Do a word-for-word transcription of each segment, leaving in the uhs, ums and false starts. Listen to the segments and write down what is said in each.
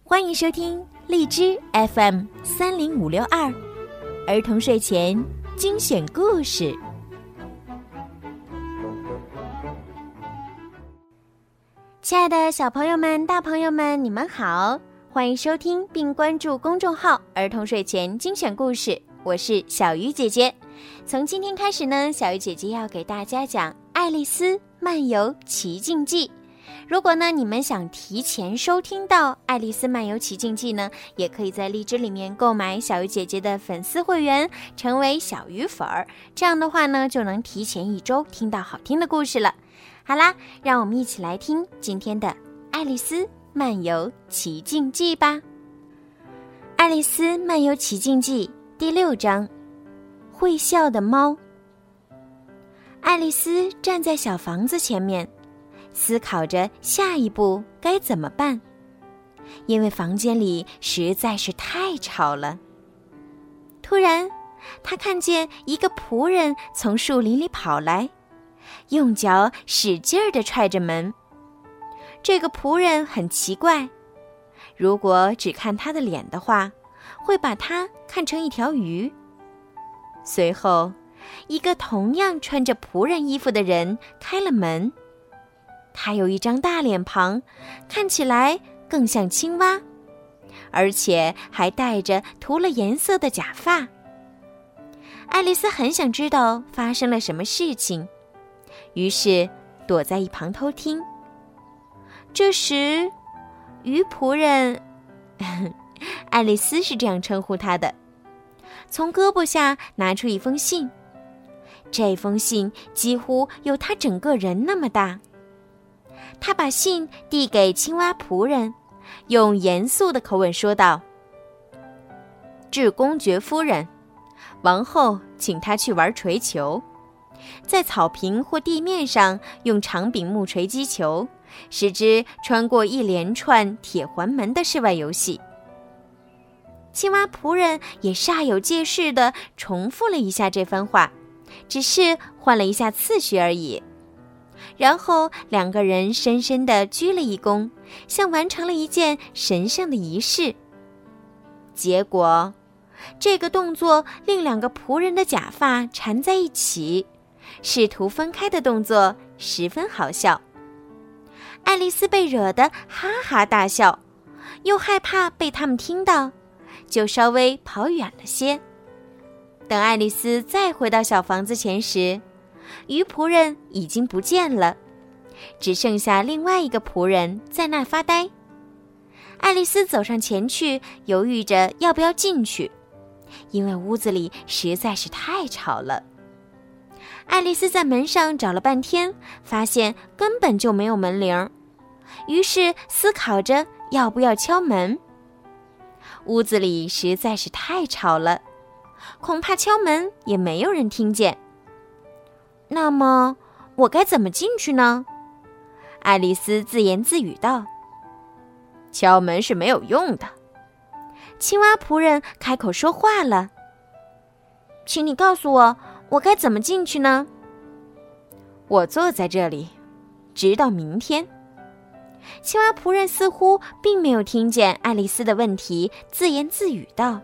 欢迎收听荔枝 F M 三零五六二儿童睡前精选故事。亲爱的小朋友们、大朋友们，你们好，欢迎收听并关注公众号儿童睡前精选故事，我是小鱼姐姐。从今天开始呢，小鱼姐姐要给大家讲《爱丽丝漫游奇境记》。如果呢你们想提前收听到《爱丽丝漫游奇境记》呢，也可以在荔枝里面购买小鱼姐姐的粉丝会员，成为小鱼粉儿。这样的话呢，就能提前一周听到好听的故事了。好啦，让我们一起来听今天的《爱丽丝漫游奇境记》吧。《爱丽丝漫游奇境记》第六章，会笑的猫。爱丽丝站在小房子前面，思考着下一步该怎么办，因为房间里实在是太吵了。突然，她看见一个仆人从树林里跑来，用脚使劲地踹着门。这个仆人很奇怪，如果只看他的脸的话，会把他看成一条鱼。随后，一个同样穿着仆人衣服的人开了门。他有一张大脸庞，看起来更像青蛙，而且还戴着涂了颜色的假发。爱丽丝很想知道发生了什么事情，于是躲在一旁偷听。这时，鱼仆人爱丽丝是这样称呼他的，从胳膊下拿出一封信。这封信几乎有他整个人那么大。他把信递给青蛙仆人，用严肃的口吻说道：致公爵夫人，王后请她去玩锤球，在草坪或地面上用长柄木锤击球，使之穿过一连串铁环门的室外游戏。青蛙仆人也煞有介事地重复了一下这番话，只是换了一下次序而已。然后两个人深深地鞠了一躬，像完成了一件神圣的仪式。结果，这个动作令两个仆人的假发缠在一起，试图分开的动作十分好笑。爱丽丝被惹得哈哈大笑，又害怕被他们听到，就稍微跑远了些。等爱丽丝再回到小房子前时，鱼仆人已经不见了，只剩下另外一个仆人在那儿发呆。爱丽丝走上前去，犹豫着要不要进去，因为屋子里实在是太吵了。爱丽丝在门上找了半天，发现根本就没有门铃，于是思考着要不要敲门。屋子里实在是太吵了，恐怕敲门也没有人听见。那么我该怎么进去呢？爱丽丝自言自语道。敲门是没有用的。青蛙仆人开口说话了。请你告诉我，我该怎么进去呢？我坐在这里，直到明天。青蛙仆人似乎并没有听见爱丽丝的问题，自言自语道。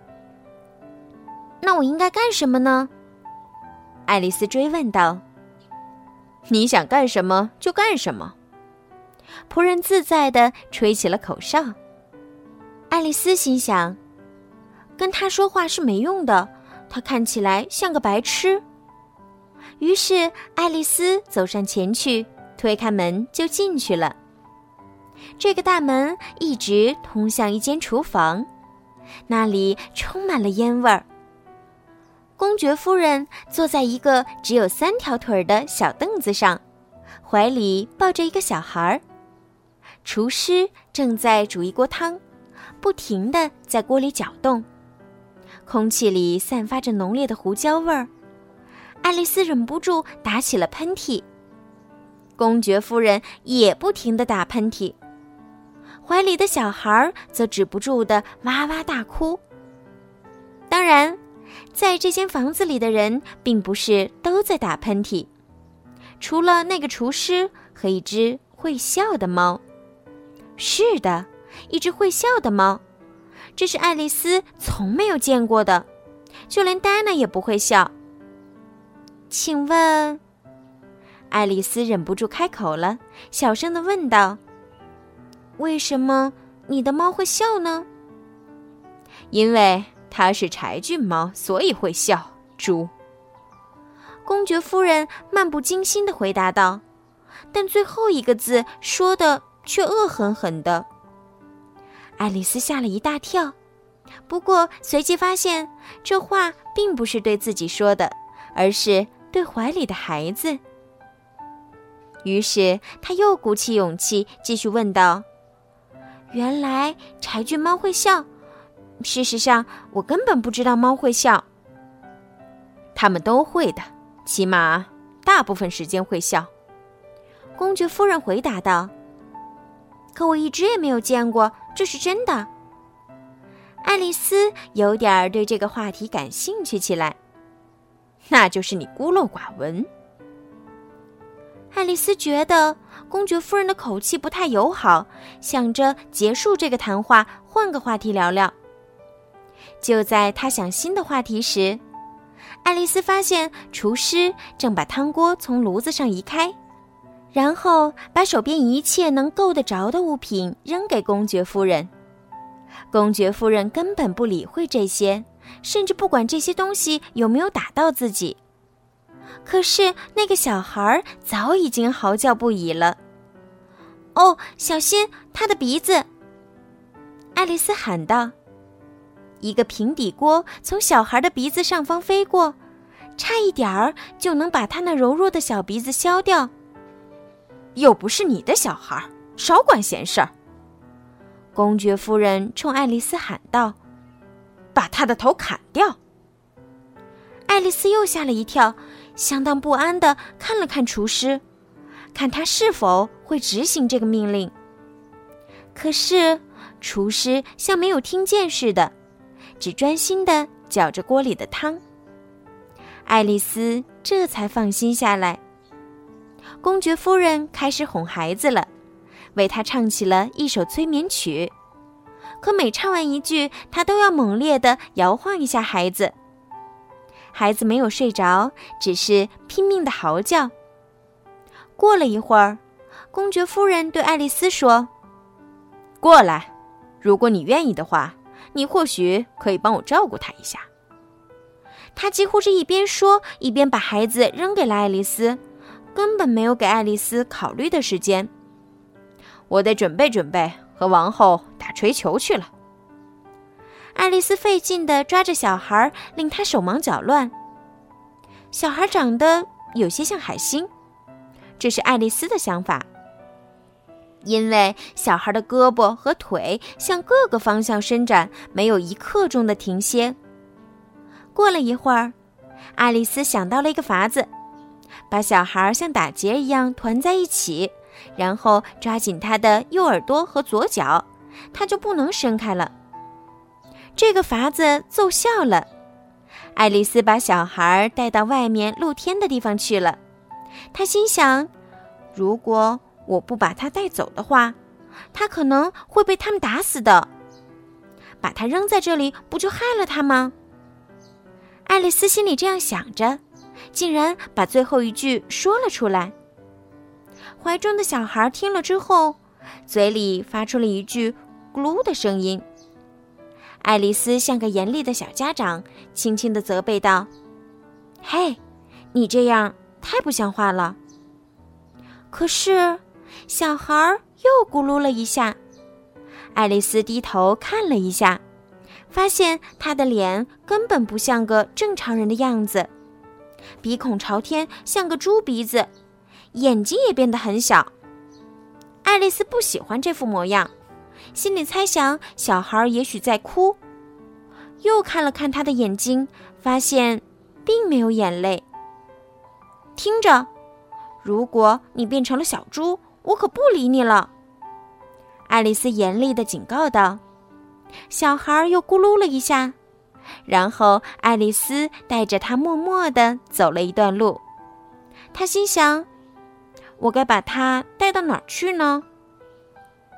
那我应该干什么呢？爱丽丝追问道。你想干什么就干什么。仆人自在地吹起了口哨。爱丽丝心想，跟他说话是没用的，他看起来像个白痴。于是爱丽丝走上前去，推开门就进去了。这个大门一直通向一间厨房，那里充满了烟味儿。公爵夫人坐在一个只有三条腿的小凳子上，怀里抱着一个小孩。厨师正在煮一锅汤，不停地在锅里搅动，空气里散发着浓烈的胡椒味儿。爱丽丝忍不住打起了喷嚏，公爵夫人也不停地打喷嚏，怀里的小孩则止不住地哇哇大哭。当然，在这间房子里的人并不是都在打喷嚏，除了那个厨师和一只会笑的猫。是的， 一只会笑的猫，这是爱丽丝从没有见过的，就连戴安娜也不会笑。请问，爱丽丝忍不住开口了，小声地问道：为什么你的猫会笑呢？因为它是柴郡猫，所以会笑，猪。公爵夫人漫不经心地回答道，但最后一个字说的却恶狠狠的。爱丽丝吓了一大跳，不过随即发现这话并不是对自己说的，而是对怀里的孩子。于是她又鼓起勇气继续问道：原来柴郡猫会笑，事实上我根本不知道猫会笑。它们都会的，起码大部分时间会笑。公爵夫人回答道：可我一直也没有见过，这是真的。爱丽丝有点对这个话题感兴趣起来。那就是你孤陋寡闻。爱丽丝觉得公爵夫人的口气不太友好，想着结束这个谈话，换个话题聊聊。就在她想新的话题时，爱丽丝发现厨师正把汤锅从炉子上移开，然后把手边一切能够得着的物品扔给公爵夫人。公爵夫人根本不理会这些，甚至不管这些东西有没有打到自己。可是那个小孩早已经嚎叫不已了。哦，小心他的鼻子！爱丽丝喊道。一个平底锅从小孩的鼻子上方飞过，差一点儿就能把他那柔弱的小鼻子削掉。又不是你的小孩，少管闲事儿！公爵夫人冲爱丽丝喊道：把他的头砍掉！爱丽丝又吓了一跳，相当不安地看了看厨师，看他是否会执行这个命令。可是厨师像没有听见似的，只专心地搅着锅里的汤。爱丽丝这才放心下来。公爵夫人开始哄孩子了，为他唱起了一首催眠曲。可每唱完一句，他都要猛烈地摇晃一下孩子。孩子没有睡着，只是拼命地嚎叫。过了一会儿，公爵夫人对爱丽丝说：过来，如果你愿意的话，你或许可以帮我照顾他一下。他几乎是一边说一边把孩子扔给了爱丽丝，根本没有给爱丽丝考虑的时间。我得准备准备，和王后打槌球去了。爱丽丝费劲地抓着小孩，令他手忙脚乱。小孩长得有些像海星，这是爱丽丝的想法，因为小孩的胳膊和腿向各个方向伸展，没有一刻钟的停歇。过了一会儿，爱丽丝想到了一个法子，把小孩像打结一样团在一起，然后抓紧他的右耳朵和左脚，他就不能伸开了。这个法子奏效了，爱丽丝把小孩带到外面露天的地方去了。她心想，如果我不把他带走的话，他可能会被他们打死的。把他扔在这里，不就害了他吗？爱丽丝心里这样想着，竟然把最后一句说了出来。怀中的小孩听了之后，嘴里发出了一句咕噜的声音。爱丽丝像个严厉的小家长，轻轻地责备道：嘿，你这样太不像话了。可是小孩又咕噜了一下。爱丽丝低头看了一下，发现他的脸根本不像个正常人的样子，鼻孔朝天，像个猪鼻子，眼睛也变得很小。爱丽丝不喜欢这副模样，心里猜想小孩也许在哭。又看了看他的眼睛，发现并没有眼泪。听着，如果你变成了小猪，我可不理你了。爱丽丝严厉地警告道。小孩又咕噜了一下，然后爱丽丝带着他默默地走了一段路。她心想，我该把他带到哪儿去呢？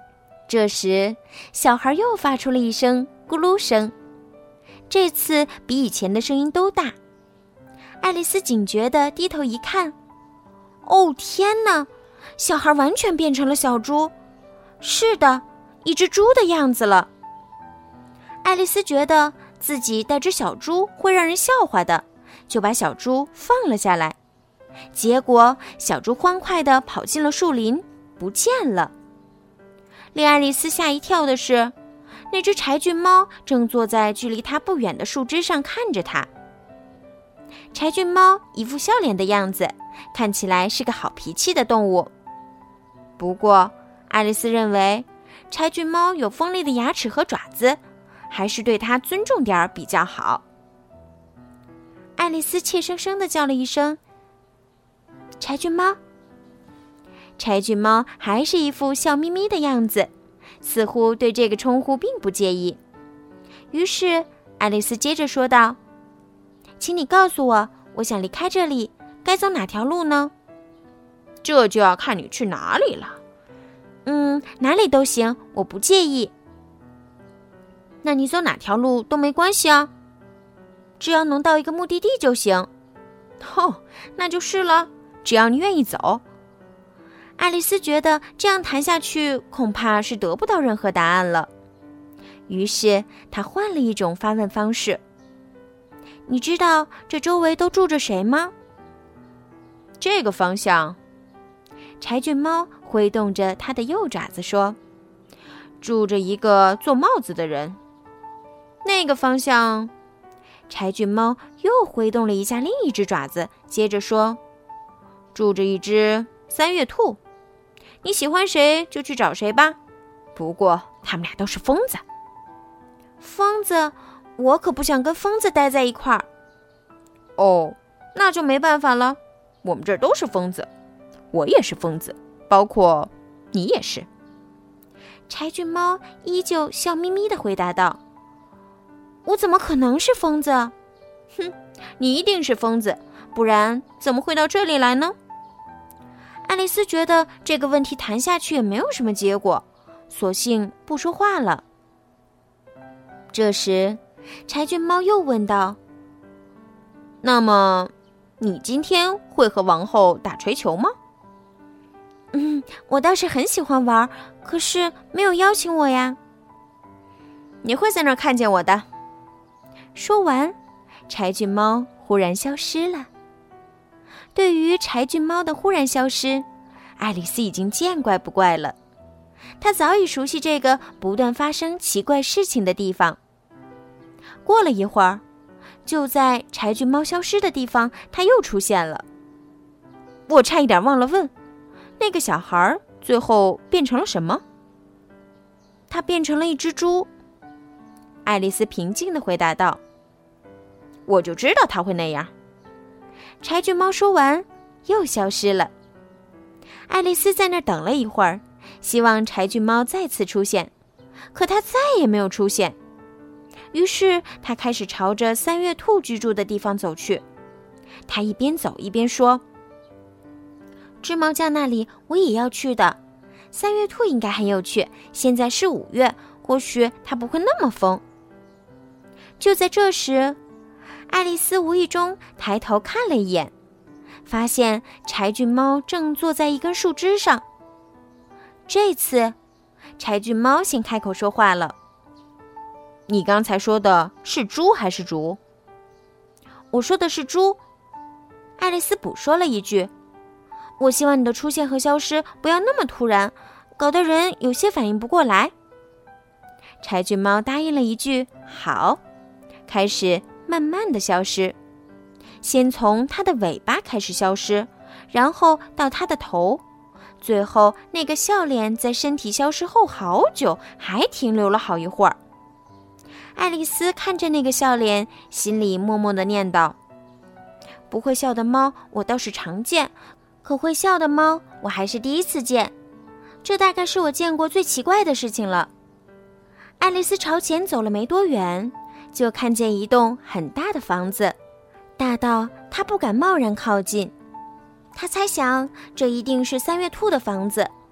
这时，小孩又发出了一声咕噜声，这次比以前的声音都大。爱丽丝警觉地低头一看，哦，天哪！小孩完全变成了小猪，是的，一只猪的样子了。爱丽丝觉得自己带只小猪会让人笑话的，就把小猪放了下来。结果小猪欢快地跑进了树林，不见了。令爱丽丝吓一跳的是，那只柴郡猫正坐在距离它不远的树枝上看着它。柴郡猫一副笑脸的样子，看起来是个好脾气的动物。不过爱丽丝认为柴郡猫有锋利的牙齿和爪子，还是对它尊重点儿比较好。爱丽丝怯生生地叫了一声，柴郡猫。柴郡猫还是一副笑眯眯的样子，似乎对这个称呼并不介意。于是爱丽丝接着说道，请你告诉我，我想离开这里，该走哪条路呢？这就要看你去哪里了。嗯，哪里都行，我不介意。那你走哪条路都没关系啊，只要能到一个目的地就行。哦，那就是了，只要你愿意走。爱丽丝觉得这样谈下去恐怕是得不到任何答案了，于是她换了一种发问方式。你知道这周围都住着谁吗？这个方向，柴郡猫挥动着它的右爪子说，住着一个做帽子的人。那个方向，柴郡猫又挥动了一下另一只爪子，接着说，住着一只三月兔。你喜欢谁就去找谁吧，不过他们俩都是疯子。疯子？我可不想跟疯子待在一块儿。哦，那就没办法了，我们这儿都是疯子，我也是疯子，包括你也是。柴郡猫依旧笑眯眯地回答道，我怎么可能是疯子？哼，你一定是疯子，不然怎么会到这里来呢？爱丽丝觉得这个问题谈下去也没有什么结果，索性不说话了。这时柴郡猫又问道，那么你今天会和王后打锤球吗？嗯，我倒是很喜欢玩，可是没有邀请我呀。你会在那儿看见我的。说完，柴郡猫忽然消失了。对于柴郡猫的忽然消失，爱丽丝已经见怪不怪了。她早已熟悉这个不断发生奇怪事情的地方。过了一会儿，就在柴郡猫消失的地方，它又出现了。我差一点忘了问，那个小孩最后变成了什么？他变成了一只猪。爱丽丝平静地回答道，我就知道他会那样。柴郡猫说完又消失了。爱丽丝在那儿等了一会儿，希望柴郡猫再次出现，可它再也没有出现。于是她开始朝着三月兔居住的地方走去。她一边走一边说，织毛匠那里我也要去的，三月兔应该很有趣，现在是五月，或许它不会那么疯。就在这时，爱丽丝无意中抬头看了一眼，发现柴郡猫正坐在一根树枝上。这次柴郡猫先开口说话了，你刚才说的是猪还是竹？我说的是猪。爱丽丝补说了一句，我希望你的出现和消失不要那么突然，搞得人有些反应不过来。柴郡猫答应了一句好，开始慢慢的消失，先从它的尾巴开始消失，然后到它的头，最后那个笑脸在身体消失后好久，还停留了好一会儿。爱丽丝看着那个笑脸，心里默默地念叨，不会笑的猫我倒是常见，可会笑的猫我还是第一次见，这大概是我见过最奇怪的事情了。爱丽丝朝前走了没多远，就看见一栋很大的房子，大到她不敢贸然靠近。她猜想这一定是三月兔的房子，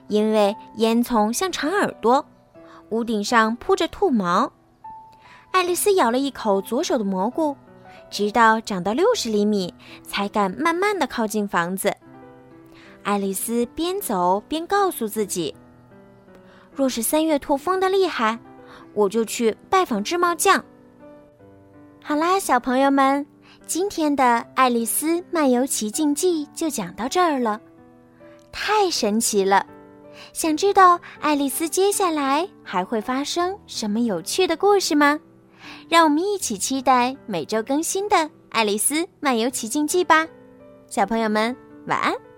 因为烟囱像长耳朵，屋顶上铺着兔毛。爱丽丝咬了一口左手的蘑菇，直到长到六十厘米，才敢慢慢地靠近房子。爱丽丝边走边告诉自己，若是三月兔疯得厉害，我就去拜访织帽匠。好啦，小朋友们，今天的《爱丽丝漫游奇境记》就讲到这儿了，太神奇了！想知道爱丽丝接下来还会发生什么有趣的故事吗？让我们一起期待每周更新的《爱丽丝漫游奇境记》吧。小朋友们，晚安。